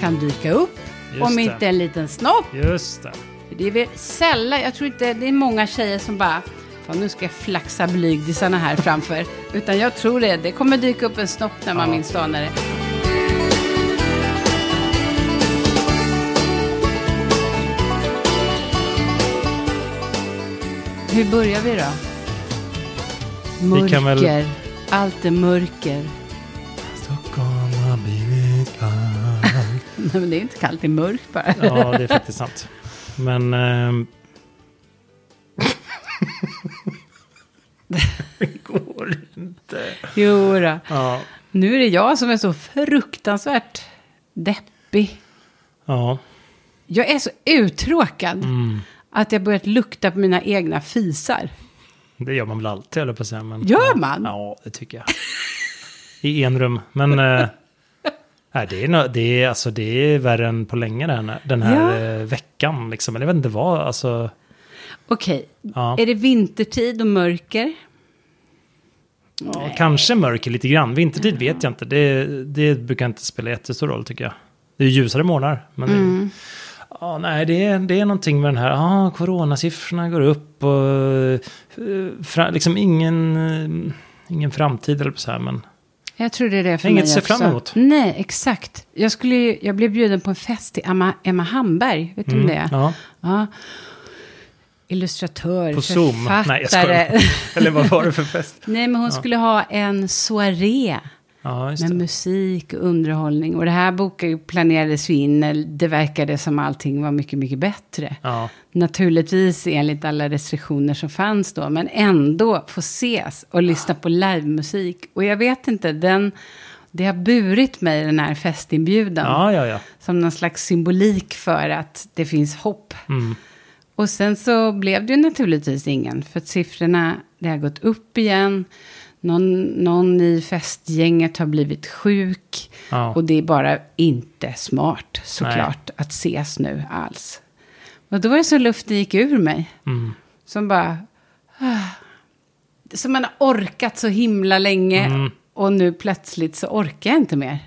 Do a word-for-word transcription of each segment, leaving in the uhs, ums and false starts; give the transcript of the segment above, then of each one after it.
kan dyka upp. Just om det. inte en liten snopp. Just det. Det är väl sällan, jag tror inte, det är många tjejer som bara, fan nu ska jag flaxa blygdisarna här framför. Utan jag tror det, det kommer dyka upp en snopp när man Ja. minst anar det. Hur börjar vi då? Mörker, Vi kan väl- allt är mörker. Stockholm har blivit kallt. Nej, men det är inte kallt, det är mörkt bara. Ja, det är faktiskt sant. Men... ehm, det går inte. Jo då. Ja. Nu är det jag som är så fruktansvärt deppig. Ja. Jag är så uttråkad Mm. att jag börjat lukta på mina egna fisar. Det gör man väl alltid, eller på att säga. Men, Gör man? Ja, det tycker jag. I en rum. Men eh, nej, det, är no, det, är, alltså, det är värre än på länge den här, den här Ja. eh, veckan. Liksom. Eller jag vet inte vad. Alltså, Okej, ja. är det vintertid och mörker? Ja, kanske mörker lite grann. Vintertid vet jag inte. Det, det brukar inte spela jättestor roll tycker jag. Det är ljusare månader. Men Mm. det, ja, nej, det, är, det är någonting med den här. Ah, coronasiffrorna går upp. Och, eh, fra, liksom ingen, eh, ingen framtid eller så här. Men Jag tror det är det för Inget mig att se också. fram emot. Nej, exakt. Jag, skulle, ju- jag blev bjuden på en fest till Emma, Emma Hamberg. Vet du om det är? ja. Ja. Illustratör, På Zoom. författare. Nej, jag skojar. Eller vad var det för fest? Nej, men hon skulle ha en soaré Ja, just med det. musik och underhållning. Och det här boken planerades ju in. när Det verkade som allting var mycket, mycket bättre. Ja, Naturligtvis enligt alla restriktioner som fanns då. Men ändå få ses och lyssna på livemusik. Och jag vet inte, den, det har burit mig den här festinbjudan. ja, ja. ja. Som någon slags symbolik för att det finns hopp. Mm. Och sen så blev det ju naturligtvis ingen. För att siffrorna, det har gått upp igen. Någon, någon i festgänget har blivit sjuk. Ja. Och det är bara inte smart såklart att ses nu alls. Och då var det så luften gick ur mig. Mm. Som bara... ah. Som man har orkat så himla länge. Mm. Och nu plötsligt så orkar jag inte mer.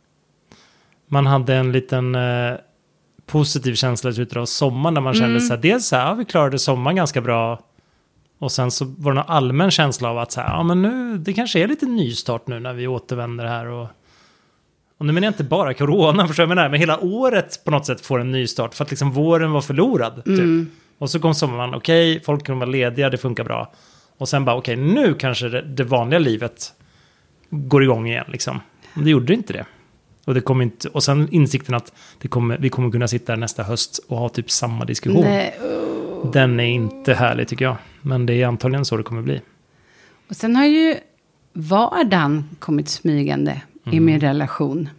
Man hade en liten eh, positiv känsla ute av sommaren när man kände Mm. så här, dels så här, ja, vi klarade sommaren ganska bra. Och sen så var det någon allmän känsla av att så här, ja men nu, det kanske är lite nystart nu när vi återvänder här. Och, och nu menar jag inte bara corona, förstår jag menar, men hela året på något sätt får en nystart. För att liksom våren var förlorad, typ. Mm. Och så kom sommaren, okej, okay, folk kunde vara lediga, det funkar bra. Och sen bara, okej, okay, nu kanske det, det vanliga livet går igång igen, liksom. Men det gjorde inte det. Och, det kom inte, och sen insikten att det kommer, vi kommer kunna sitta här nästa höst och ha typ samma diskussion. Nej, oh. Den är inte härlig tycker jag. Men det är antagligen så det kommer bli. Och sen har ju vardagen kommit smygande Mm. i min relation.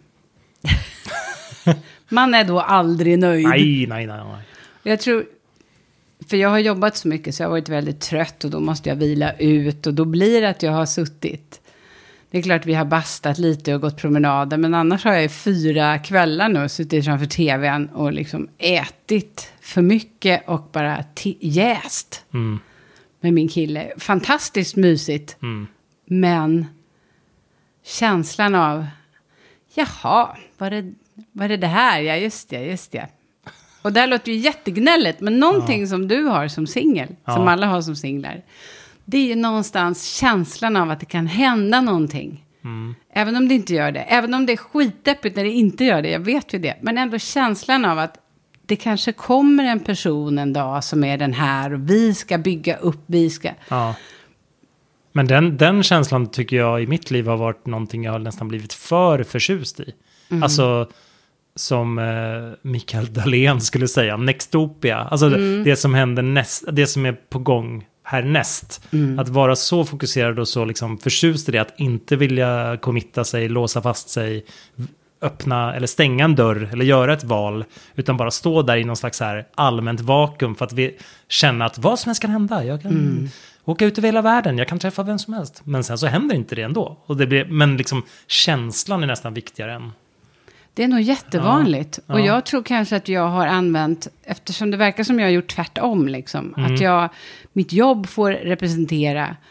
Man är då aldrig nöjd. Nej, nej, nej, nej. Jag tror, för jag har jobbat så mycket så jag har varit väldigt trött och då måste jag vila ut. Och då blir det att jag har suttit. Det är klart vi har bastat lite och gått promenader. Men annars har jag i fyra kvällar nu suttit framför tvn och liksom ätit för mycket och bara t- jäst Mm. med min kille. Fantastiskt mysigt. Mm. Men känslan av, jaha, var det, var det det här? Ja, just det, just det. Och det här låter ju jättegnälligt, men någonting Ja. som du har som singel, Ja. som alla har som singlar, det är ju någonstans känslan av att det kan hända någonting. Mm. Även om det inte gör det. Även om det är skitdeppigt när det inte gör det, jag vet ju det. Men ändå känslan av att det kanske kommer en person en dag som är den här och vi ska bygga upp, vi ska... Ja. Men den, den känslan tycker jag i mitt liv har varit någonting jag har nästan blivit för förtjust i. Mm. Alltså som eh, Mikael Dahlén skulle säga, Nextopia. Alltså Mm. det, det som händer näst, det som är på gång härnäst. Mm. Att vara så fokuserad och så liksom förtjust i det, att inte vilja committa sig, låsa fast sig, öppna eller stänga en dörr eller göra ett val, utan bara stå där i någon slags här allmänt vakuum för att vi känna att vad som helst kan hända. Jag kan Mm. åka ut över hela världen, jag kan träffa vem som helst. Men sen så händer inte det ändå. Och det blir, men liksom känslan är nästan viktigare än... Det är nog jättevanligt. Ja, Och ja. jag tror kanske att jag har använt, eftersom det verkar som jag har gjort tvärtom, liksom, Mm. att jag, mitt jobb får representera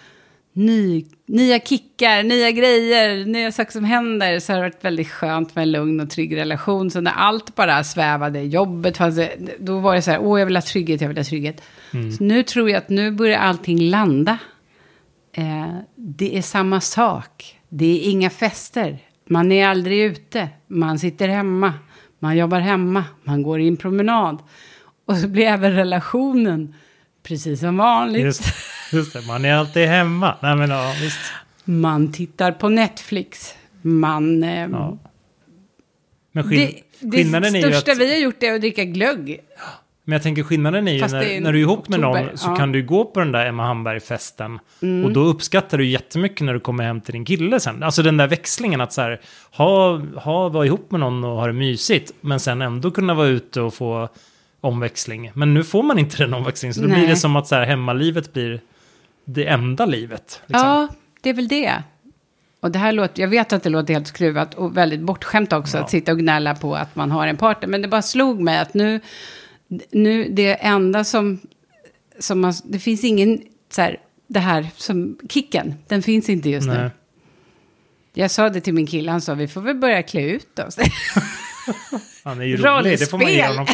ny, nya kickar, nya grejer, nya saker som händer, så har det varit väldigt skönt med en lugn och trygg relation. Så när allt bara svävade, jobbet fanns det, då var det så här, åh jag vill ha trygghet, jag vill ha trygghet. Mm. Så nu tror jag att nu börjar allting landa. Eh, det är samma sak. Det är inga fester. Man är aldrig ute. Man sitter hemma. Man jobbar hemma. Man går in promenad. Och så blir även relationen precis som vanligt. Just, just det, man är alltid hemma. Nej, men, ja, visst. Man tittar på Netflix. Man... Eh, ja. Men skill- det skillnaden det är ju största att... vi har gjort är att dricka glögg. Men jag tänker skillnaden är ju när, är när du är ihop med oktober, någon så ja. kan du gå på den där Emma Hamberg-festen mm. och då uppskattar du jättemycket när du kommer hem till din kille sen. Alltså den där växlingen att så här, ha, ha, vara ihop med någon och ha det mysigt men sen ändå kunna vara ute och få omväxling. Men nu får man inte den omväxlingen så då Nej. blir det som att så här, hemmalivet blir det enda livet. Liksom. Ja, det är väl det. Och det här låter, jag vet att det låter helt skruvat och väldigt bortskämt också ja. att sitta och gnälla på att man har en partner. Men det bara slog mig att nu, nu det enda som, som man, det finns ingen så här, det här som kicken, den finns inte just Nej. nu. Jag sa det till min kille, han sa vi får väl börja klä ut oss. Han är ju rolig, det får man ge honom.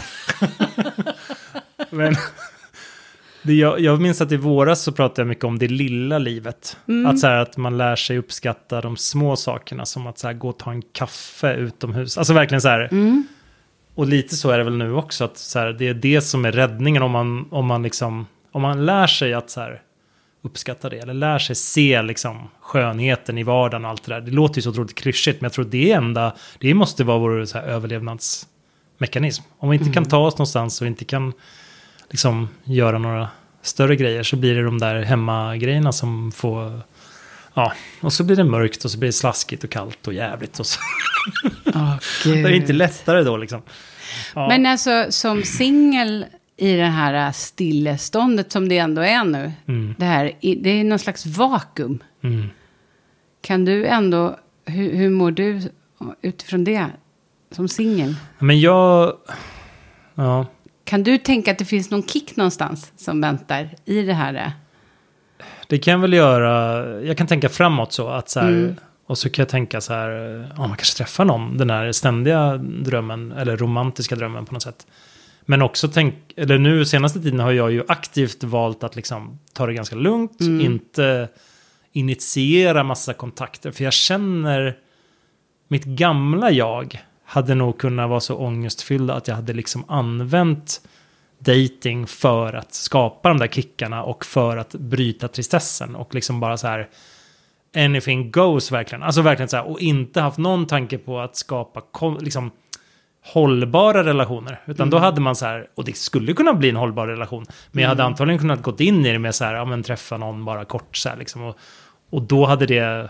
Men... Det, jag, jag minns att i våras så pratade jag mycket om det lilla livet. Mm. Att, så här, att man lär sig uppskatta de små sakerna. Som att så här, gå och ta en kaffe utomhus. Alltså verkligen så här. Mm. Och lite så är det väl nu också. Att så här, det är det som är räddningen. Om man, om man, liksom, om man lär sig att så här, uppskatta det. Eller lär sig se liksom, skönheten i vardagen och allt det där. Det låter ju så otroligt klyschigt. Men jag tror det enda. Det måste vara vår så här, överlevnadsmekanism. Om vi inte mm. kan ta oss någonstans och inte kan... liksom göra några större grejer så blir det de där hemmagrejerna som får ja, och så blir det mörkt och så blir det slaskigt och kallt och jävligt och så. Oh, det är inte lättare då liksom. Ja. Men alltså som singel i det här stilleståndet som det ändå är nu. Mm. Det här, det är någon slags vakuum. Mm. Kan du ändå, hur, hur mår du utifrån det som singel? Men jag, ja. Kan du tänka att det finns någon kick någonstans som väntar i det här? Det kan jag väl göra. Jag kan tänka framåt så. Att så här, mm. Och så kan jag tänka så här. Ja, man kanske träffar någon. Den här ständiga drömmen. Eller romantiska drömmen på något sätt. Men också tänk. Eller nu senaste tiden har jag ju aktivt valt att liksom ta det ganska lugnt. Mm. Inte initiera massa kontakter. För jag känner. Mitt gamla jag. Hade nog kunnat vara så ångestfyllda att jag hade liksom använt dating för att skapa de där kickarna och för att bryta tristessen och liksom bara så här anything goes verkligen. Alltså verkligen så här och inte haft någon tanke på att skapa liksom hållbara relationer utan mm. då hade man så här och det skulle kunna bli en hållbar relation men jag hade mm. antagligen kunnat gått in i det med så här ja men träffa någon bara kort så här liksom och, och då hade det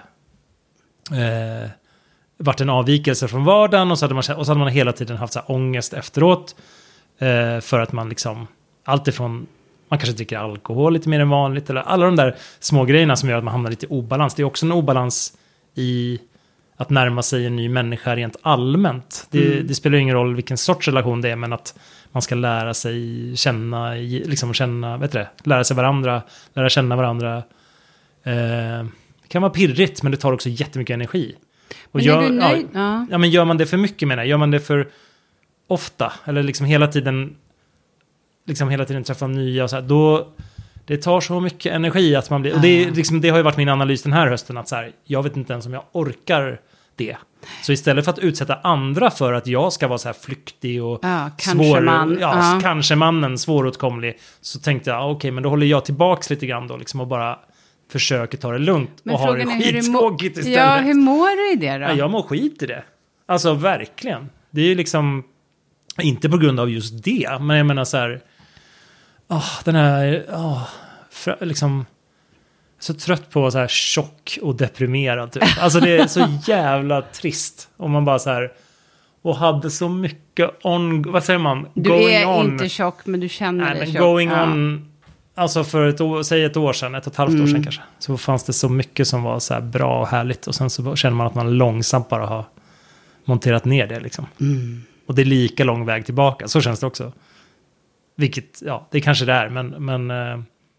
eh, varit en avvikelse från vardagen och så hade man, och så hade man hela tiden haft så här ångest efteråt eh, för att man liksom alltifrån man kanske dricker alkohol lite mer än vanligt eller alla de där små grejerna som gör att man hamnar lite i obalans. Det är också en obalans i att närma sig en ny människa rent allmänt. Det, mm. det spelar ingen roll vilken sorts relation det är men att man ska lära sig känna liksom känna, vet du det, lära sig varandra, lära känna varandra. Eh, det kan vara pirrigt men det tar också jättemycket energi. Och men gör, är du nöjd? Ja, ja. ja, men gör man det för mycket menar jag? Gör man det för ofta? Eller liksom hela tiden liksom hela tiden träffa nya och så här, då det tar så mycket energi att man blir... Och det, är, liksom, det har ju varit min analys den här hösten att så här, jag vet inte ens om jag orkar det. Så istället för att utsätta andra för att jag ska vara så här flyktig och ja, svår... Man. Ja, ja. kanske mannen, svåråtkomlig. Så tänkte jag, okej, okay, men då håller jag tillbaks lite grann då liksom och bara... försöker ta det lugnt men och ha det skittråkigt istället. Ja, hur mår du i det då? Ja, jag mår skit i det. Alltså verkligen. Det är ju liksom inte på grund av just det, men jag menar så här oh, den här oh, för, liksom så trött på att vara så här tjock och deprimerad typ. Alltså det är så jävla trist om man bara så här och hade så mycket on, vad säger man? Du going är on. inte tjock men du känner Nej, dig men tjock. Going ja. on. Alltså för ett år, säg ett år sedan, ett och ett halvt mm. år sedan kanske. Så fanns det så mycket som var så här bra och härligt. Och sen så känner man att man långsamt bara har monterat ner det liksom. Mm. Och det är lika lång väg tillbaka, så känns det också. Vilket, ja, det kanske det är, men... Men,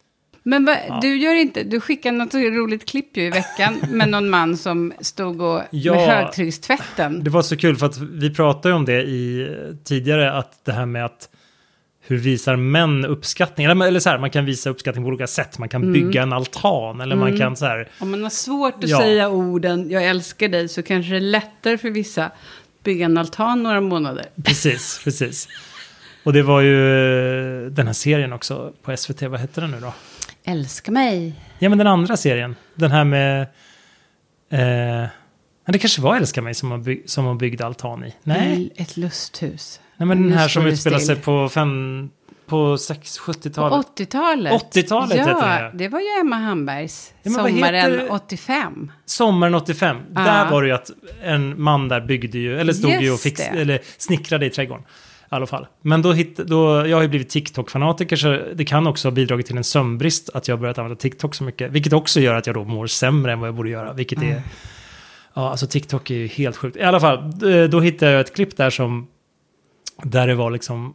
Men va, Ja. du gör inte, du skickade något roligt klipp ju i veckan med någon man som stod och, Ja. med högtryckstvätten. Det var så kul för att vi pratade ju om det i tidigare, att det här med att hur visar män uppskattning? Eller, eller så här, man kan visa uppskattning på olika sätt. Man kan Mm. bygga en altan eller Mm. man kan så här... Om man har svårt att Ja. säga orden jag älskar dig så kanske det är lättare för vissa bygga en altan några månader. Precis, precis. Och det var ju den här serien också på S V T. Vad heter den nu då? Älska mig. Ja, men den andra serien. Den här med... Eh, det kanske var Älska mig som man, bygg, som man byggde altan i. Nej, Ett lusthus. Nej men den Nu här står som det utspelar still. sig på, fem, på sex, sjuttiotalet. På åttiotalet. åttiotalet heter Ja, det. det var ju Emma Hambergs. Ja, men vad Sommaren heter- åttiofem. Sommaren åttiofem. Ja. Där var det ju att en man där byggde ju, eller stod ju och Just fix, det. eller snickrade i trädgården. I alla fall. Men då, hitt, då jag har ju blivit TikTok-fanatiker så det kan också ha bidragit till en sömnbrist att jag har börjat använda TikTok så mycket. Vilket också gör att jag då mår sämre än vad jag borde göra. Vilket är, ja alltså TikTok är ju helt sjukt. I alla fall, då, då hittade jag ett klipp där som, där det var liksom,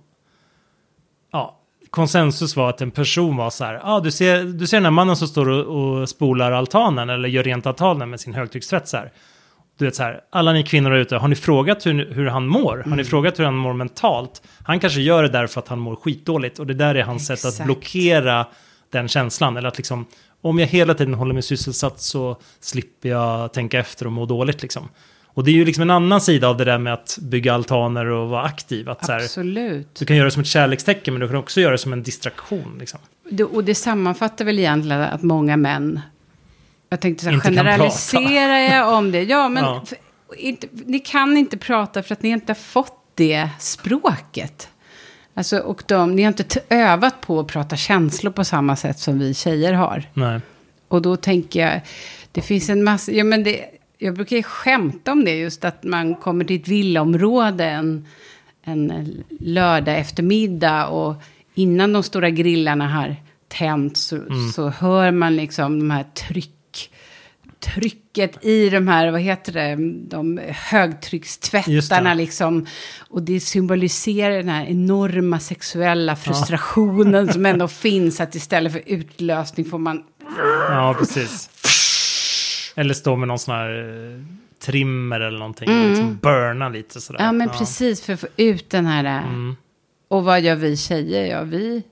ja, konsensus var att en person var så här, ja ah, du ser, du ser den här mannen som står och, och spolar altanen eller gör rent altanen med sin högtryckstvätt så här. Du vet så här, alla ni kvinnor där ute, har ni frågat hur, hur han mår? Har ni Mm. frågat hur han mår mentalt? Han kanske gör det därför att han mår skitdåligt. Och det där är hans sätt Exakt. att blockera den känslan. Eller att liksom, om jag hela tiden håller mig sysselsatt så slipper jag tänka efter och må dåligt liksom. Och det är ju liksom en annan sida av det där med att bygga altaner och vara aktiv. Att så här, Absolut. du kan göra det som ett kärlekstecken men du kan också göra det som en distraktion liksom. Det, och det sammanfattar väl egentligen att många män, jag tänkte så här, Inte kan generaliserar jag om det. Ja, men Ja. För, inte, ni kan inte prata för att ni inte har fått det språket. Alltså, och de, ni har inte t- övat på att prata känslor på samma sätt som vi tjejer har. Nej. Och då tänker jag, det finns en massa, ja men det, jag brukar ju skämta om det just att man kommer till ett villaområde en, en lördag eftermiddag och innan de stora grillarna har tänt så, Mm. så hör man liksom de här tryck, trycket i de här, vad heter det, de Just högtryckstvättarna det. liksom. Och det symboliserar den här enorma sexuella frustrationen som ändå finns, att istället för utlösning får man... Ja, precis. Eller stå med någon sån här eh, trimmer eller någonting. Och liksom burna lite sådär. Ja, men precis, för att få ut den här... Mm. Och vad gör vi tjejer? Ja, vi...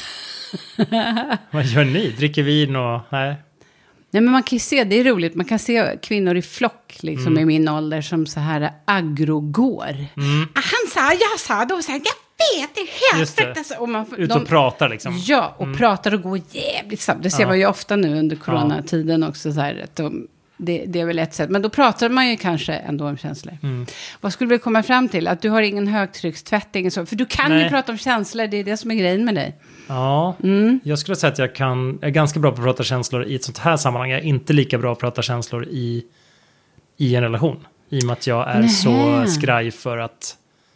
Vad gör ni? Dricker vin och... Nej. Nej, men man kan ju se, det är roligt, man kan se kvinnor i flock, liksom Mm. i min ålder, som så här aggro-går. Mm. Ah, han sa, jag sa, då sa jag, jag vet, det är helt Just det. fruktansvärt. Och man, får- Ut de, och pratar liksom. Ja, och pratar och går jävligt snabbt. Det ser Ja. man ju ofta nu under coronatiden också. Så här, att de, det, det är väl ett sätt. Men då pratar man ju kanske ändå om känslor. Mm. Vad skulle vi komma fram till? Att du har ingen högtryckstvätt, ingen så. För du kan ju Nej. prata om känslor, det är det som är grejen med dig. Ja, Mm. jag skulle säga att jag kan... Jag är ganska bra på att prata känslor i ett sånt här sammanhang. Jag är inte lika bra på att prata känslor i, i en relation. I och med att jag är Nähä. så skraj för att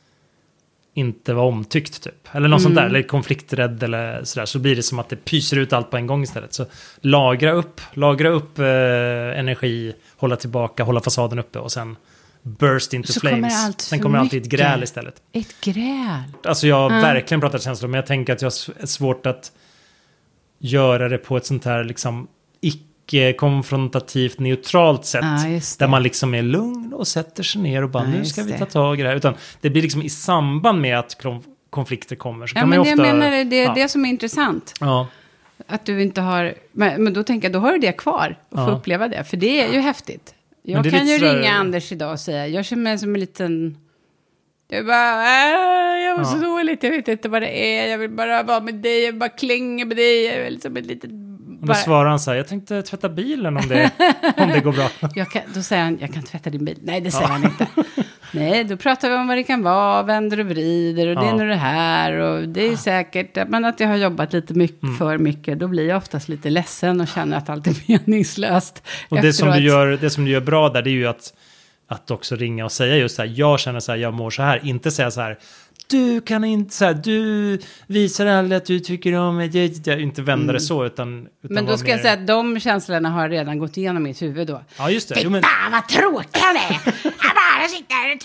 inte vara omtyckt typ. Eller något sånt där, eller konflikträdd eller sådär. Så blir det som att det pyser ut allt på en gång istället. Så lagra upp, lagra upp eh, energi, hålla tillbaka, hålla fasaden uppe och sen burst into Så kommer flames. allt Sen för kommer alltid ett mycket. gräl istället. Ett gräl. Alltså jag har Mm. verkligen pratat känslor, men jag tänker att jag har s- svårt att göra det på ett sånt här liksom icke-konfrontativt neutralt sätt. Ja, just det. Där man liksom är lugn och sätter sig ner och bara Ja, nu just ska vi det. ta tag i det här. Utan det blir liksom i samband med att konf- konflikter kommer. Så Ja, kan man men ju det ofta, jag menar, det är ja. det som är intressant. Ja, Att du inte har... Men, men då tänker jag, då har du det kvar. Och få Ja. uppleva det. För det är ju häftigt. Jag det är kan ju lite sådär- ringa Anders idag och säga, jag känner mig som en liten... Jag bara, äh, jag mår så Ja. dåligt, jag vet inte vad det är. Jag vill bara vara med dig, jag vill bara klänga med dig. Jag är liksom ett litet... och då svarar han så här, jag tänkte tvätta bilen om det, om det går bra. Jag kan, då säger han, jag kan tvätta din bil. Nej, det säger han inte. Nej, då pratar vi om vad det kan vara, vänder och vrider och det Ja. är nog det här. Och det är säkert, men att jag har jobbat lite mycket, Mm. för mycket, då blir jag oftast lite ledsen och känner att allt är meningslöst. Och det som, du efteråt. gör, det som du gör bra där, det är ju att, att också ringa och säga just så här, jag känner så här, jag mår så här. Inte säga så här, du kan inte så här, du visar aldrig att du tycker om mig. Jag, jag, inte vända det så, utan, utan Men då vara ska mer- jag säga att de känslorna har redan gått igenom mitt huvud då. Ja, just det. Fy Jo, men, fan vad tråkig han är! Han bara sitter här och tror...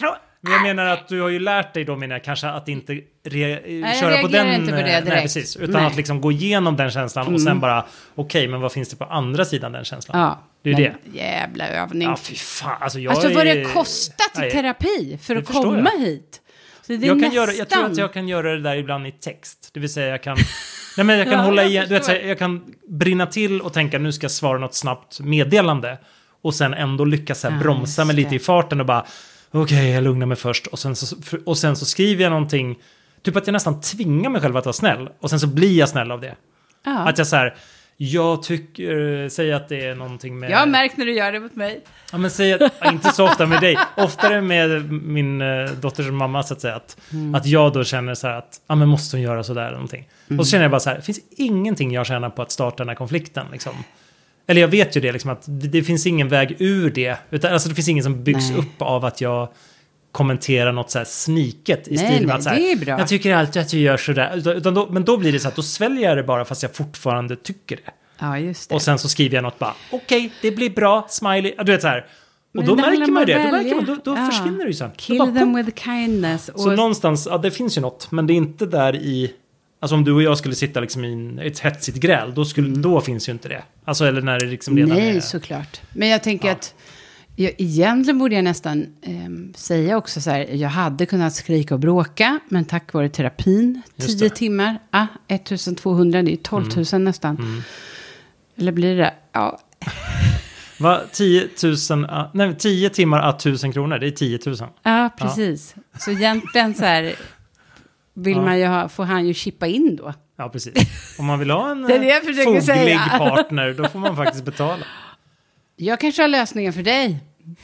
Jag menar att du har ju lärt dig då, menar jag, kanske att inte re- Nej, köra på den. Inte på det direkt. Nej, precis. Utan nej. att liksom gå igenom den känslan mm. och sen bara, okej, okay, men vad finns det på andra sidan den känslan? Ja. Det är ju det. Jävla övning. Ja, fy fan. Alltså, jag alltså vad är... det kostat i nej, terapi för att komma jag. hit. Så det är jag, kan nästan... göra, jag tror att jag kan göra det där ibland i text. Det vill säga jag kan... nej, men jag kan ja, hålla igen. Du vet, jag, jag kan brinna till och tänka nu ska jag svara något snabbt meddelande. Och sen ändå lyckas jag bromsa mig lite i farten och bara... Okej, okay, jag lugnar mig först. Och sen, så, och sen så skriver jag någonting... Typ att jag nästan tvingar mig själv att vara snäll. Och sen så blir jag snäll av det. Ja. Att jag så här... Jag tycker... Säg att det är någonting med... Jag har märkt när du gör det mot mig. Ja, men säg att... inte så ofta med dig. Oftare med min äh, dotters mamma, så att säga. Att, mm. att jag då känner så här att... Ja, men måste hon göra så där eller någonting? Mm. Och så känner jag bara så här... Det finns ingenting jag tjänar på att starta den här konflikten, liksom. Eller jag vet ju det, liksom, att det, det finns ingen väg ur det. Utan, alltså, det finns ingen som byggs nej. upp av att jag kommenterar något så här sniket i nej, stil med nej, att så här, det är bra. Jag tycker alltid att du gör sådär. Utan då, men då blir det så att då sväljer jag det bara fast jag fortfarande tycker det. Ja, just det. Och sen så skriver jag något bara, okej, okay, det blir bra, smiley. Du vet så här. Och då märker man det. Då, märker man, då, då ja. försvinner det ju sen. Kill bara, them with kindness. Så och... någonstans, ja det finns ju något. Men det är inte där i... Alltså om du och jag skulle sitta liksom i ett hetsigt gräl, då, skulle, mm. då finns ju inte det. Alltså eller när det liksom redan nej, är... såklart. Men jag tänker ja. att jag, egentligen borde jag nästan eh, säga också så här, jag hade kunnat skrika och bråka, men tack vare terapin, tio timmar, ah, ettusentvåhundra, det är tolvtusen mm. nästan. Mm. Eller blir det? Ja. Va? tio tusen, nej, tio timmar à tusen kronor, det är tio tusen. Ja, precis. Ja. Så egentligen så här... Vill ja. man ju ha, får han ju chippa in då. Ja, precis. Om man vill ha en det det foglig säga. partner, då får man faktiskt betala. Jag kanske har lösningen för dig.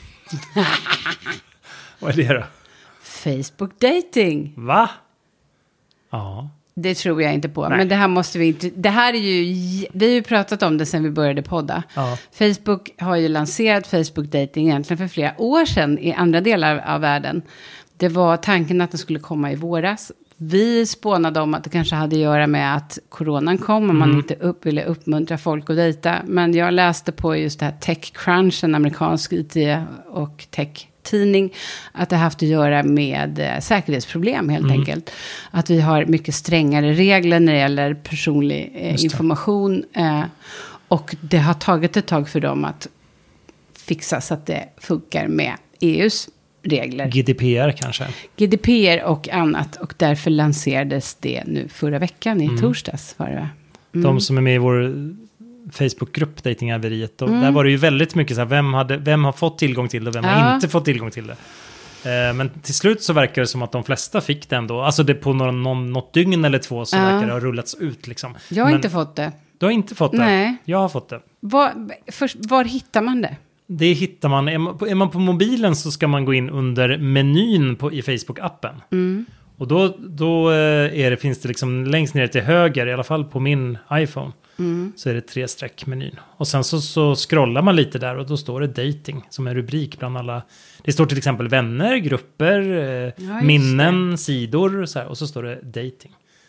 Vad är det då? Facebook dating. Va? Ja. Det tror jag inte på. Nej. Men det här måste vi inte... Det här är ju... Vi har ju pratat om det sedan vi började podda. Ja. Facebook har ju lanserat Facebook dating egentligen för flera år sedan i andra delar av världen. Det var tanken att den skulle komma i våras. Vi spånade om att det kanske hade att göra med att coronan kom och mm. man inte upp, ville uppmuntra folk att dejta. Men jag läste på just det här TechCrunch, en amerikansk I T och tech-tidning, att det haft att göra med eh, säkerhetsproblem helt mm. enkelt. Att vi har mycket strängare regler när det gäller personlig eh, information. Eh, och det har tagit ett tag för dem att fixa så att det funkar med E U:s regler. G D P R kanske. G D P R och annat. Och därför lanserades det nu förra veckan i mm. torsdags. Var det, mm. De som är med i vår Facebookgrupp Datinghaveriet. Mm. Där var det ju väldigt mycket så här, vem, hade, vem har fått tillgång till det och vem ja. har inte fått tillgång till det. Eh, men till slut så verkar det som att de flesta fick det ändå. Alltså det på någon, någon, något dygn eller två så ja. verkar det ha rullats ut liksom. Jag har men, inte fått det. Du har inte fått det? Nej. Jag har fått det. Var, först, var hittar man det? Det hittar man, är man, på, är man på mobilen så ska man gå in under menyn på, i Facebook-appen. Mm. Och då, då är det, finns det liksom längst ner till höger, i alla fall på min iPhone, mm. så är det tre streck menyn. Och sen så, så scrollar man lite där och då står det dating som en rubrik bland alla. Det står till exempel vänner, grupper, ja, minnen, det. sidor så här, och så står det dating.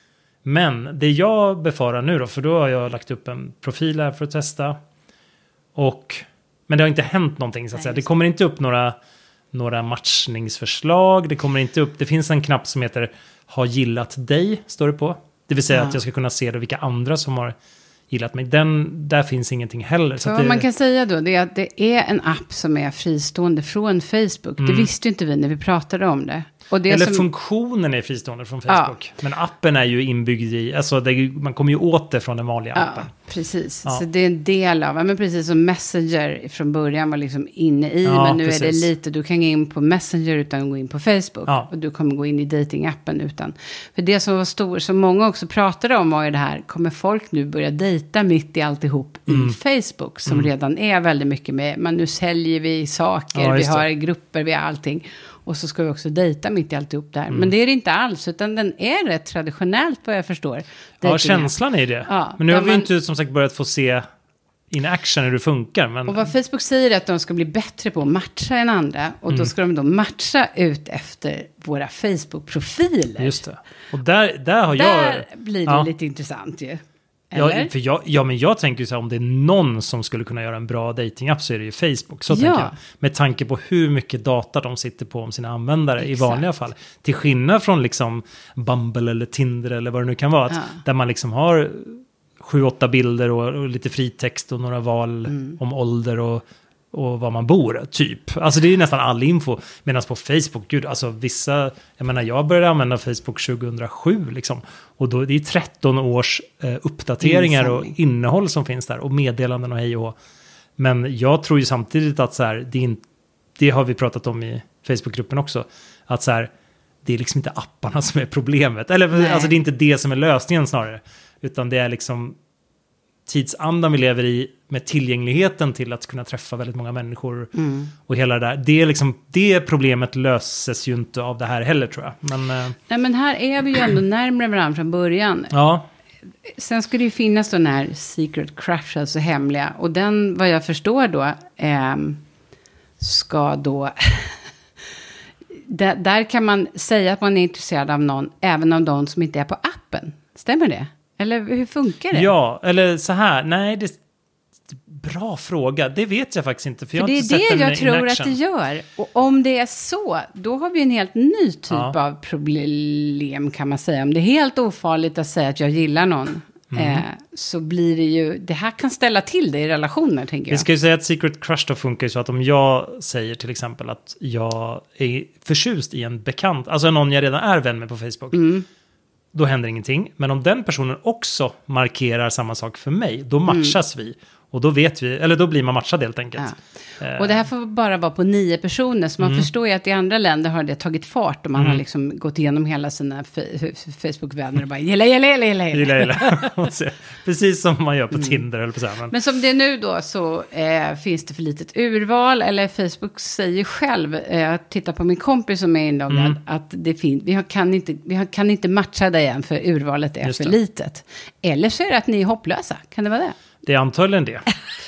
Men det jag befarar nu då, för då har jag lagt upp en profil här för att testa. Och... Men det har inte hänt någonting så att Nej, säga. Det kommer inte upp några, några matchningsförslag. Det kommer inte upp. Det finns en knapp som heter har gillat dig, står det på. Det vill säga ja. att jag ska kunna se då vilka andra som har gillat mig. Den, där finns ingenting heller. Så, så att vad det, man kan säga då det är att det är en app som är fristående från Facebook. Mm. Det visste ju inte vi när vi pratade om det. Och det Eller som... funktionen är fristående från Facebook. Ja. Men appen är ju inbyggd i... Alltså det, man kommer ju åt det från den vanliga appen. Ja, precis. Ja. Så det är en del av... Men precis som Messenger från början var liksom inne i. Ja, men nu precis. är det lite... Du kan gå in på Messenger utan att gå in på Facebook. Ja. Och du kommer gå in i datingappen utan... För det som var stor... Som många också pratade om var ju det här. Kommer folk nu börja dejta mitt i alltihop mm. i Facebook? Som mm. redan är väldigt mycket med... Men nu säljer vi saker. Ja, vi har grupper, vi har allting. Och så ska vi också dejta mitt i alltihop där. Mm. Men det är det inte alls, utan den är rätt traditionellt vad jag förstår. Ja, känslan är det. Ja, men nu har vi man... inte som sagt börjat få se in action hur det funkar. Men... Och vad Facebook säger är att de ska bli bättre på att matcha än andra. Och mm. då ska de då matcha ut efter våra Facebook-profiler. Just det. Och där, där har där jag... Där blir det ja. lite intressant ju. Eller? Ja, för jag, ja, men jag tänker ju så här, om det är någon som skulle kunna göra en bra datingapp så är det ju Facebook. Så Ja. tänker jag. Med tanke på hur mycket data de sitter på om sina användare. Exakt. I vanliga fall. Till skillnad från liksom Bumble eller Tinder eller vad det nu kan vara. Att, ja. Där man liksom har sju, åtta bilder och, och lite fritext och några val mm. om ålder och, och var man bor, typ. Alltså det är ju nästan all info. Medan på Facebook, gud, alltså vissa, jag menar jag började använda Facebook tjugohundrasju liksom. Och då det är tretton års eh, uppdateringar Insamling. Och innehåll som finns där. Och meddelanden och hej och hå. Men jag tror ju samtidigt att så här, det, är in, det har vi pratat om i Facebookgruppen också. Att så här, det är liksom inte apparna som är problemet. Eller Nej. Alltså det är inte det som är lösningen snarare. Utan det är liksom tidsandan vi lever i med tillgängligheten till att kunna träffa väldigt många människor mm. och hela det där. Det, är liksom, det problemet löses ju inte av det här heller, tror jag. Men, eh... Nej, men här är vi ju ändå närmare varandra från början. Ja. Sen ska det ju finnas den här secret crush, alltså hemliga. Och den, vad jag förstår då, eh, ska då... där, där kan man säga att man är intresserad av någon, även av någon som inte är på appen. Stämmer det? Eller hur funkar det? Ja, eller så här. Nej, det är bra fråga. Det vet jag faktiskt inte. För, för jag det har är inte sett det jag tror att det gör. Och om det är så, då har vi en helt ny typ ja. Av problem, kan man säga. Om det är helt ofarligt att säga att jag gillar någon, mm. eh, så blir det ju... Det här kan ställa till det i relationer, tänker jag. Vi ska ju säga att secret crush då funkar ju så att om jag säger till exempel att jag är förtjust i en bekant, alltså någon jag redan är vän med på Facebook, mm. då händer ingenting. Men om den personen också markerar samma sak för mig, då matchas mm. vi. Och då vet vi, eller då blir man matchad helt enkelt. Ja. Eh. Och det här får bara vara på nio personer. Så man mm. förstår ju att i andra länder har det tagit fart. Och man mm. har liksom gått igenom hela sina f- Facebook-vänner och bara gilla, gilla, gilla, gilla. gilla, gilla. Precis som man gör på mm. Tinder eller på så här. Men... Men som det är nu då så eh, finns det för litet urval. Eller Facebook säger själv, eh, titta på min kompis som är inloggad, mm. att det finns, vi har, kan, inte, vi har, kan inte matcha dig än för urvalet är för litet. Eller så är det att ni är hopplösa. Kan det vara det? Det är antagligen det.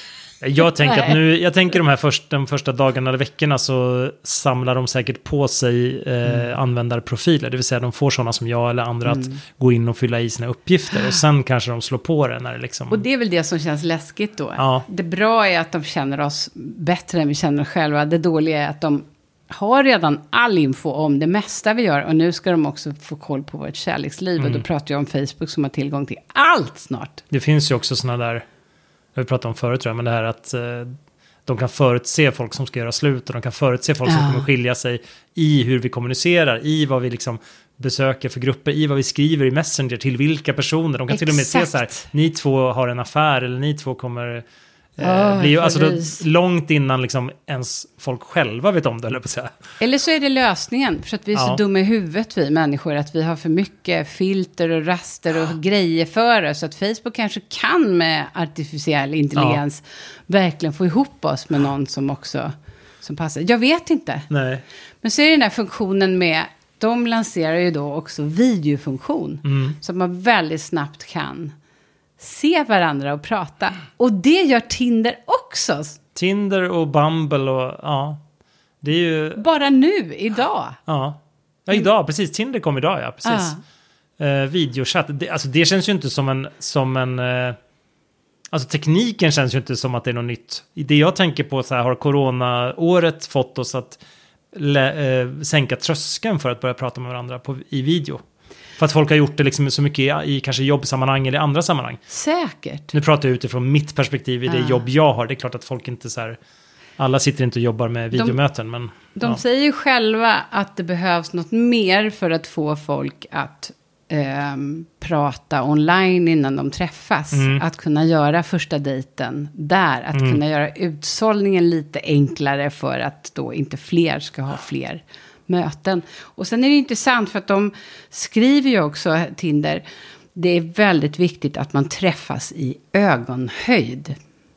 Jag tänker att nu, jag tänker de här först, de första dagarna eller veckorna så samlar de säkert på sig eh, mm. användarprofiler. Det vill säga de får sådana som jag eller andra mm. att gå in och fylla i sina uppgifter. Och sen kanske de slår på det när det liksom... Och det är väl det som känns läskigt då. Ja. Det bra är att de känner oss bättre än vi känner oss själva. Det dåliga är att de har redan all info om det mesta vi gör. Och nu ska de också få koll på vårt kärleksliv. Mm. Och då pratar jag om Facebook som har tillgång till allt snart. Det finns ju också sådana där... Jag har pratat om förut, tror jag, men det här att eh, de kan förutse folk som ska göra slut och de kan förutse folk ja. Som kommer skilja sig i hur vi kommunicerar, i vad vi liksom besöker för grupper, i vad vi skriver i Messenger till vilka personer. De kan Exakt. Till och med se så här, ni två har en affär eller ni två kommer... Oh, blir ju, alltså då, långt innan liksom ens folk själva vet om det, eller på så här. Eller så är det lösningen, för att vi är ja. Så dumma i huvudet, vi människor, att vi har för mycket filter och raster och grejer för oss, så att Facebook kanske kan med artificiell intelligens ja. Verkligen få ihop oss med någon som också som passar. Jag vet inte. Nej. Men så är det den här funktionen med, de lanserar ju då också videofunktion, mm. så att man väldigt snabbt kan se varandra och prata. Och det gör Tinder också. Tinder och Bumble och ja. Det är ju... Bara nu, idag. Ja, ja idag, precis. Tinder kom idag, ja, precis. Ah. Eh, videochatt. Det, alltså det känns ju inte som en... Som en eh, alltså tekniken känns ju inte som att det är något nytt. Det jag tänker på så här, har corona-året fått oss att lä, eh, sänka tröskeln för att börja prata med varandra på, i video. För att folk har gjort det liksom så mycket i, i kanske jobbsammanhang eller andra sammanhang. Säkert. Nu pratar jag utifrån mitt perspektiv i det ah. jobb jag har. Det är klart att folk inte så här... Alla sitter inte och jobbar med videomöten. De, men, de ja. Säger själva att det behövs något mer för att få folk att eh, prata online innan de träffas. Mm. Att kunna göra första dejten där. Att mm. kunna göra utsållningen lite enklare för att då inte fler ska ha fler möten. Och sen är det intressant för att de skriver ju också, Tinder, det är väldigt viktigt att man träffas i ögonhöjd.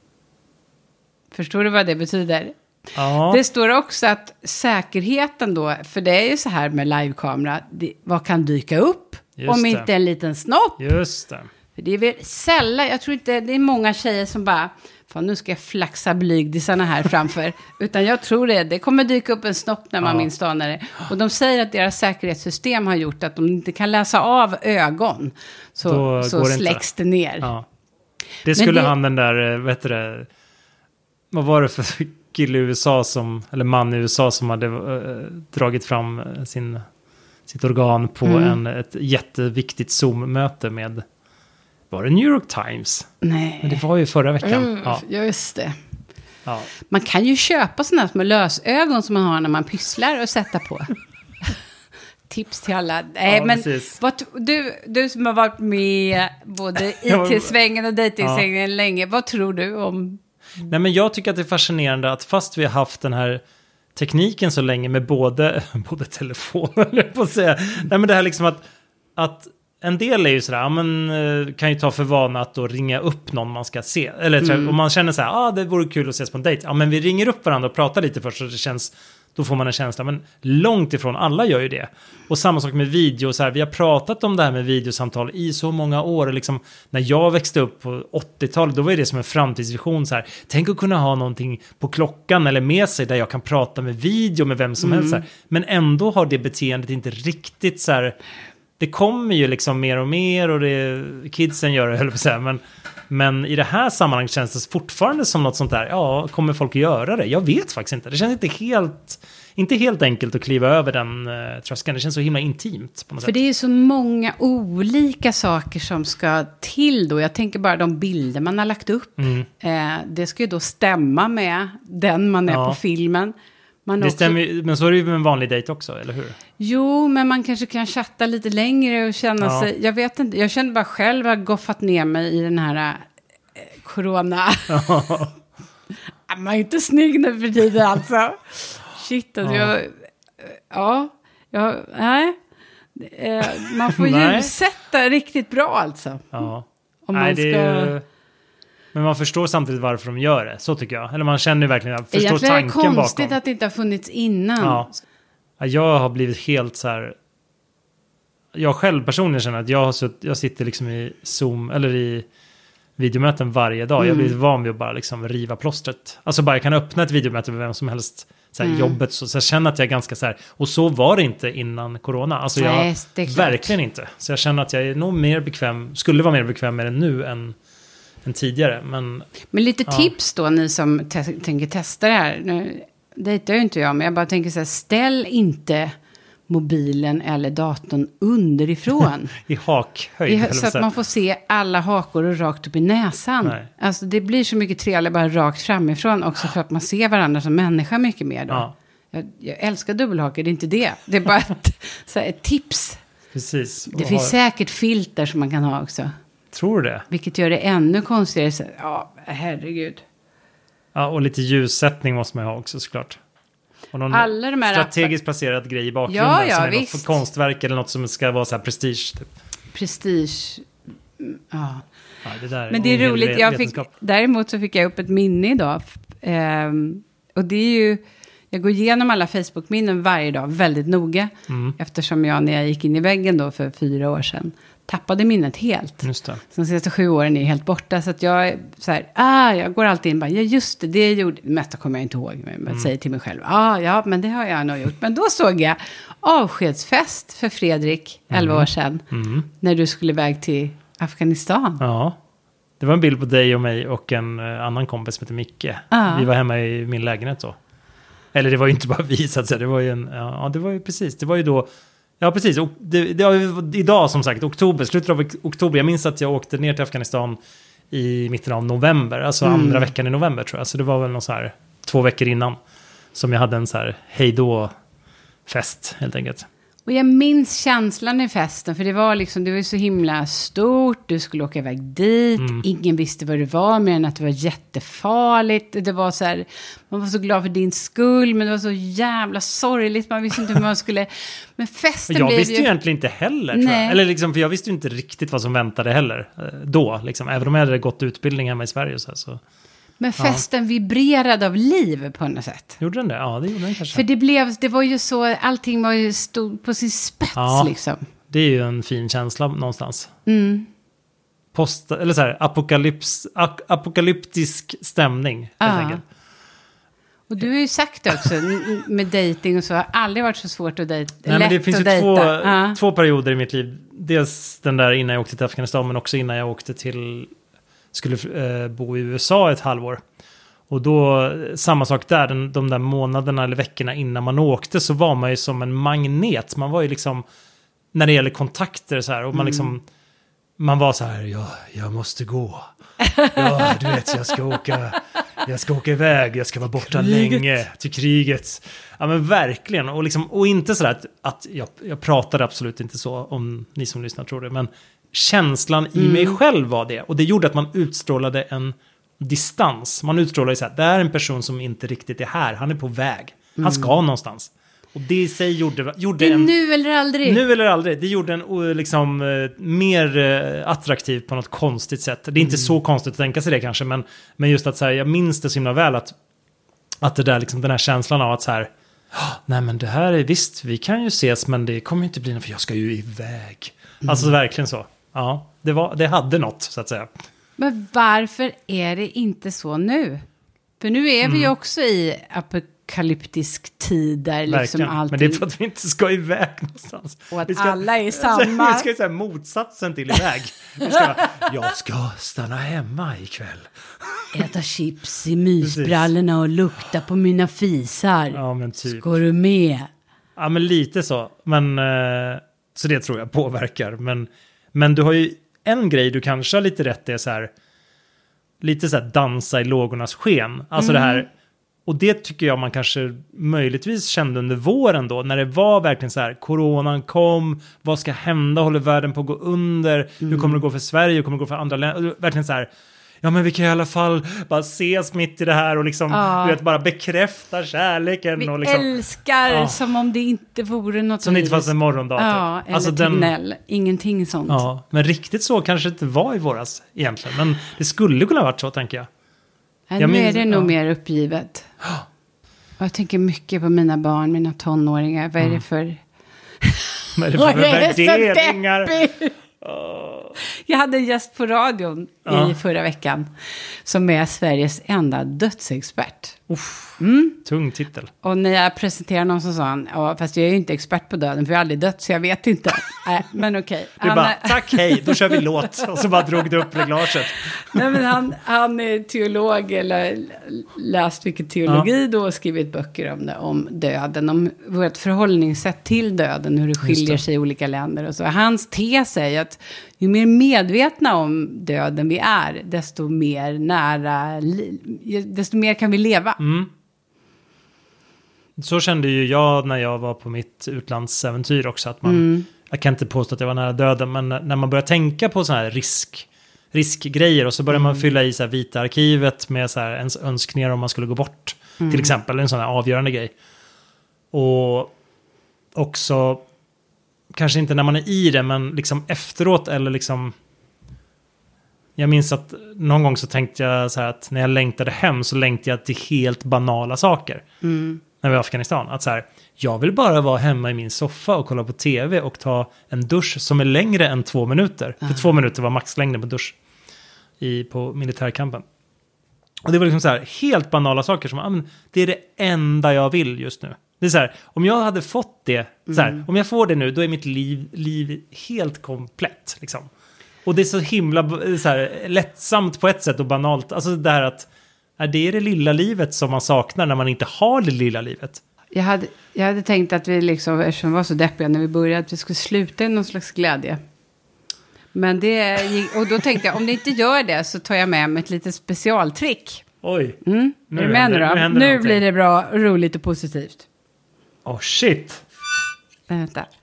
Förstår du vad det betyder? Ja. Det står också att säkerheten då, för det är ju så här med livekamera, det, vad kan dyka upp Just om det. Inte en liten snopp? Just det. För det är väl sällan, jag tror inte, det är många tjejer som bara, fan nu ska jag flaxa blygdisarna här framför. Utan jag tror det, det kommer dyka upp en snopp när man ja. minst anar det. Och de säger att deras säkerhetssystem har gjort att de inte kan läsa av ögon. Så, så släcks det ner. Ja. Det skulle det... han den där, vet du det, vad var det för kille i U S A som, eller man i U S A som hade uh, dragit fram sin, sitt organ på mm. en, ett jätteviktigt Zoom-möte med, var det New York Times? Nej. Men det var ju förra veckan. Mm, ja, just det. Ja. Man kan ju köpa sådana små lösögon som man har när man pysslar och sätta på. Tips till alla. Nej, ja, men vad, du, du som har varit med både I T-svängen och dejtingsvängen ja. länge, vad tror du om? Nej, men jag tycker att det är fascinerande att fast vi har haft den här tekniken så länge med både, både telefoner, på att säga. Nej, men det här liksom att, att en del är ju sådär, ja, men kan ju ta för vana att då ringa upp någon man ska se. Eller mm. om man känner så här, ja ah, det vore kul att ses på en dejt. Ja, men vi ringer upp varandra och pratar lite först så det känns, då får man en känsla. Men långt ifrån, alla gör ju det. Och samma sak med video, så här, vi har pratat om det här med videosamtal i så många år. Och liksom, när jag växte upp på åttiotalet, då var det som en framtidsvision så här. Tänk att kunna ha någonting på klockan eller med sig där jag kan prata med video med vem som mm. helst. Så här. Men ändå har det beteendet inte riktigt så här. Det kommer ju liksom mer och mer och det, kidsen gör det, höll på att säga. Men, men i det här sammanhanget känns det fortfarande som något sånt där. Ja, kommer folk att göra det? Jag vet faktiskt inte. Det känns inte helt, inte helt enkelt att kliva över den uh, tröskeln. Det känns så himla intimt på något För sätt. det är ju så många olika saker som ska till då. Jag tänker bara de bilder man har lagt upp. Mm. Eh, det ska ju då stämma med den man är ja. på filmen. Man det också... stämmer, men så är det ju med en vanlig dejt också, eller hur? Jo, men man kanske kan chatta lite längre och känna ja. sig... Jag vet inte, jag kände bara själv att goffat ner mig i den här eh, corona... Ja. Man är inte snygg nu för tiden alltså. Shit, alltså ja. jag... Ja, jag, nej. Eh, man får ljussätta riktigt bra alltså. Ja. Om man nej, ska... det är... Men man förstår samtidigt varför de gör det, så tycker jag. Eller man känner verkligen, förstår egentligen tanken bakom. Det är konstigt bakom. Att det inte har funnits innan. Ja. Jag har blivit helt så här... Jag själv personligen känner att jag, har sutt, jag sitter liksom i Zoom, eller i videomöten varje dag. Mm. Jag har blivit van vid att bara liksom riva plåstret. Alltså bara jag kan öppna ett videomöte med vem som helst. Så här, mm. jobbet, så, så jag känner att jag är ganska så här... Och så var det inte innan corona. Alltså jag, nej, verkligen inte. Så jag känner att jag är nog mer bekväm, skulle vara mer bekväm med det nu än... än tidigare, men... Men lite ja. tips då, ni som te- tänker testa det här. Nu dejtar ju inte jag, men jag bara tänker så här, ställ inte mobilen eller datorn underifrån. I hakhöjd. I, så att man får se alla hakor och rakt upp i näsan. Nej. Alltså det blir så mycket trevligare bara rakt framifrån också för att man ser varandra som människa mycket mer då. Ja. Jag, jag älskar dubbelhakor, det är inte det. Det är bara ett, så här, ett tips. Precis. Det och finns har... säkert filter som man kan ha också. Tror det. Vilket gör det ännu konstigare. Så, ja, herregud. Ja, och lite ljussättning måste man ha också såklart. Och någon alla de här strategiskt appen... placerad grej i bakgrunden. Ja, ja, som är visst. något konstverk eller något som ska vara så här prestige. Typ. Prestige. Ja. Ja, det där men det är roligt. Jag fick, däremot så fick jag upp ett minne idag. Ehm, och det är ju... Jag går igenom alla Facebook-minnen varje dag väldigt noga. Mm. Eftersom jag när jag gick in i väggen då för fyra år sedan tappade minnet helt. Just det. Så de senaste sju åren är helt borta. Så att jag är så här, ah, jag går alltid in bara, ja just det, det gjorde, det mesta kommer jag inte ihåg. Men jag mm. säger till mig själv, ah, ja men det har jag nog gjort. Men då såg jag avskedsfest för Fredrik, mm. elva år sedan. Mm. När du skulle iväg till Afghanistan. Ja, det var en bild på dig och mig och en uh, annan kompis som heter Micke. Ah. Vi var hemma i min lägenhet då. Eller det var ju inte bara vi så att säga, det var ju en, ja det var ju precis, det var ju då, ja precis, och det, det var idag som sagt, oktober, slutet av oktober, jag minns att jag åkte ner till Afghanistan i mitten av november, alltså mm. andra veckan i november tror jag, så det var väl någon så här två veckor innan som jag hade en så här hejdå-fest helt enkelt. Och jag minns känslan i festen, för det var liksom, det var så himla stort, du skulle åka iväg dit, mm. ingen visste vad det var mer än att det var jättefarligt, det var så här, man var så glad för din skull, men det var så jävla sorgligt, man visste inte hur man skulle, men festen jag blev visste ju... ju egentligen inte heller, tror jag. Eller liksom, för jag visste ju inte riktigt vad som väntade heller, då, liksom, även om jag hade gått utbildning hemma i Sverige så här, så... Men festen ja. vibrerade av liv på något sätt. Gjorde den det? Ja, det gjorde den kanske. För det blev, det var ju så, allting var ju stod på sin spets ja, liksom. Det är ju en fin känsla någonstans. Mm. Post, eller så här, apokalyps, ap- apokalyptisk stämning helt ja. enkelt. Och du har ju sagt det också, med dating och så, har aldrig varit så svårt att dejta. Nej, men det finns ju dejta. två, ja. två perioder i mitt liv. Dels den där innan jag åkte till Afghanistan, men också innan jag åkte till skulle eh, bo i U S A ett halvår. Och då, samma sak där, den, de där månaderna eller veckorna innan man åkte så var man ju som en magnet. Man var ju liksom, när det gäller kontakter så här, och man liksom, mm. man var så här, ja, jag måste gå. Ja, du vet, jag ska åka, jag ska åka iväg, jag ska vara borta kriget. länge till kriget. Ja, men verkligen. Och, liksom, och inte så där att, att jag, jag pratade absolut inte så, om ni som lyssnar tror det, men känslan i mm. mig själv var det. Och det gjorde att man utstrålade en distans. Man utstrålade så här, det är en person som inte riktigt är här, han är på väg. Han mm. ska någonstans. Och det i sig gjorde, gjorde det är en... nu eller aldrig. Nu eller aldrig. Det gjorde en liksom, mer attraktiv på något konstigt sätt. Det är inte mm. så konstigt att tänka sig det kanske. Men, men just att så här, jag minns det så himla väl att, att det där, liksom, den här känslan av att så här, nej men det här är visst, vi kan ju ses men det kommer ju inte bli något för jag ska ju iväg. Mm. Alltså verkligen så. Ja, det, var, det hade något så att säga. Men varför är det inte så nu? För nu är mm. vi ju också i apokalyptisk tid där liksom allting... Men det är för att vi inte ska iväg någonstans. Och att vi ska, alla är samma... Vi ska säga motsatsen till iväg. Vi ska, jag ska stanna hemma ikväll. Äta chips i mysbrallorna och lukta på mina fisar. Ja, men typ. Ska du med? Ja, men lite så. Men, så det tror jag påverkar. Men, men du har ju en grej du kanske har lite rätt i, så här... Lite så här dansa i lågornas sken. Alltså mm. det här... Och det tycker jag man kanske möjligtvis kände under våren då. När det var verkligen så här, coronan kom. Vad ska hända? Håller världen på att gå under? Mm. Hur kommer det gå för Sverige? Hur kommer det gå för andra länder? Verkligen så här, ja men vi kan i alla fall bara ses mitt i det här. Och liksom, ja. du vet, bara bekräfta kärleken. Vi och liksom, älskar ja. som om det inte vore något. Som det inte fanns en morgondag. Ja, eller alltså Tegnell. Ingenting sånt. Ja, men riktigt så kanske det inte var i våras egentligen. Men det skulle kunna ha varit så, tänker jag. Ja, nu är det nog ja. mer uppgivet. Och jag tänker mycket på mina barn, mina tonåringar. Vad är det för... Vad är det för värderingar? Oh. Jag hade en gäst på radion ja. i förra veckan som är Sveriges enda dödsexpert. Uff, mm. tung titel. Och när jag presenterade någon så sa han, ja, fast jag är ju inte expert på döden för jag har aldrig dött så jag vet inte. Nej, men okej. Du han, bara, tack hej, då kör vi låt. Och så bara drog du upp reglaget. Nej, men han, han är teolog eller läst mycket teologi ja. då och skrivit böcker om det, om döden, om vårt förhållningssätt till döden, hur det skiljer det. sig i olika länder och så. Hans tes är att ju mer medvetna om döden vi är, desto mer nära, desto mer kan vi leva. Mm. Så kände ju jag när jag var på mitt utlandsäventyr också. Att man, mm. jag kan inte påstå att jag var nära döden, men när man börjar tänka på sådana här risk, riskgrejer och så börjar mm. man fylla i så här vita arkivet med så här ens önskningar om man skulle gå bort. Mm. Till exempel en sån här avgörande grej. Och också... Kanske inte när man är i det, men liksom efteråt eller liksom... Jag minns att någon gång så tänkte jag så här att när jag längtade hem så längtade jag till helt banala saker. Mm. När vi var i Afghanistan. Att så här, jag vill bara vara hemma i min soffa och kolla på tv och ta en dusch som är längre än två minuter. Mm. För två minuter var maxlängden på dusch i, på militärkampen. Och det var liksom så här helt banala saker som, ah, men det är det enda jag vill just nu. Det är så här, om jag hade fått det, så här, mm. om jag får det nu, då är mitt liv, liv helt komplett. Liksom. Och det är så himla så här, lättsamt på ett sätt och banalt. Alltså det här att är det är det lilla livet som man saknar när man inte har det lilla livet. Jag hade, jag hade tänkt att vi liksom, eftersom vi var så deppiga när vi började, att vi skulle sluta i någon slags glädje. Men det, och då tänkte jag, om det inte gör det så tar jag med mig ett litet specialtrick. Oj. Mm. Nu, är du med nu då? Nu, nu blir det bra, roligt och positivt. Oh shit. Vänta.